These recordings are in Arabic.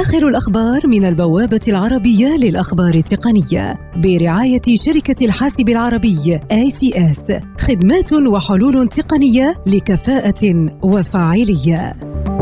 آخر الأخبار من البوابة العربية للأخبار التقنية برعاية شركة الحاسب العربي ACS، خدمات وحلول تقنية لكفاءة وفاعلية.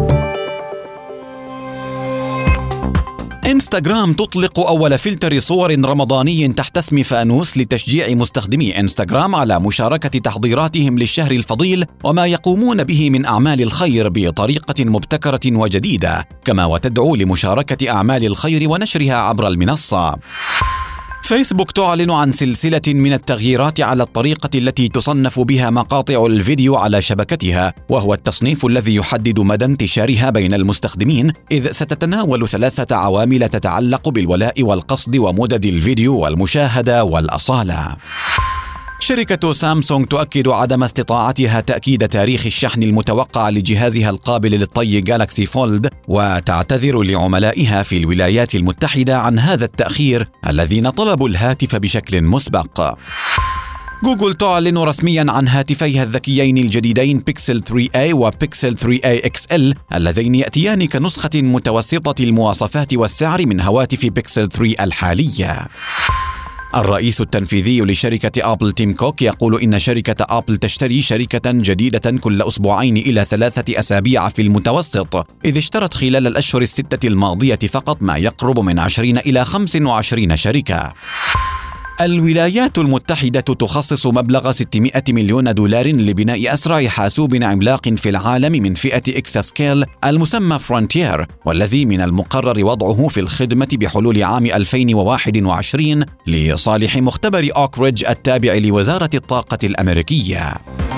إنستغرام تطلق أول فلتر صور رمضاني تحت اسم فانوس لتشجيع مستخدمي إنستغرام على مشاركة تحضيراتهم للشهر الفضيل وما يقومون به من أعمال الخير بطريقة مبتكرة وجديدة، كما وتدعو لمشاركة أعمال الخير ونشرها عبر المنصة. فيسبوك تعلن عن سلسلة من التغييرات على الطريقة التي تصنف بها مقاطع الفيديو على شبكتها، وهو التصنيف الذي يحدد مدى انتشارها بين المستخدمين، إذ ستتناول 3 عوامل تتعلق بالولاء والقصد ومدد الفيديو والمشاهدة والأصالة. شركة سامسونج تؤكد عدم استطاعتها تأكيد تاريخ الشحن المتوقع لجهازها القابل للطي جالاكسي فولد، وتعتذر لعملائها في الولايات المتحدة عن هذا التأخير الذين طلبوا الهاتف بشكل مسبق. جوجل تعلن رسمياً عن هاتفيها الذكيين الجديدين بيكسل 3A وبيكسل 3A XL اللذين يأتيان كنسخة متوسطة المواصفات والسعر من هواتف بيكسل 3 الحالية. الرئيس التنفيذي لشركة آبل تيم كوك يقول إن شركة آبل تشتري شركة جديدة كل 2 إلى 3 أسابيع في المتوسط، إذ اشترت خلال الأشهر 6 الماضية فقط ما يقرب من 20 إلى 25 شركة. الولايات المتحدة تخصص مبلغ $600 مليون لبناء أسرع حاسوب عملاق في العالم من فئة إكساسكيل المسمى فرونتير، والذي من المقرر وضعه في الخدمة بحلول عام 2021 لصالح مختبر أوك ريدج التابع لوزارة الطاقة الأمريكية.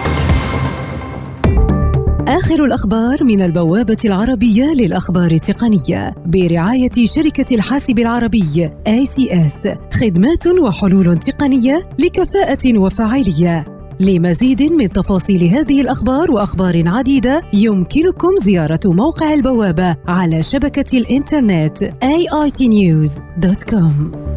آخر الأخبار من البوابة العربية للأخبار التقنية برعاية شركة الحاسب العربي ACS، خدمات وحلول تقنية لكفاءة وفاعلية. لمزيد من تفاصيل هذه الأخبار وأخبار عديدة يمكنكم زيارة موقع البوابة على شبكة الإنترنت AITnews.com.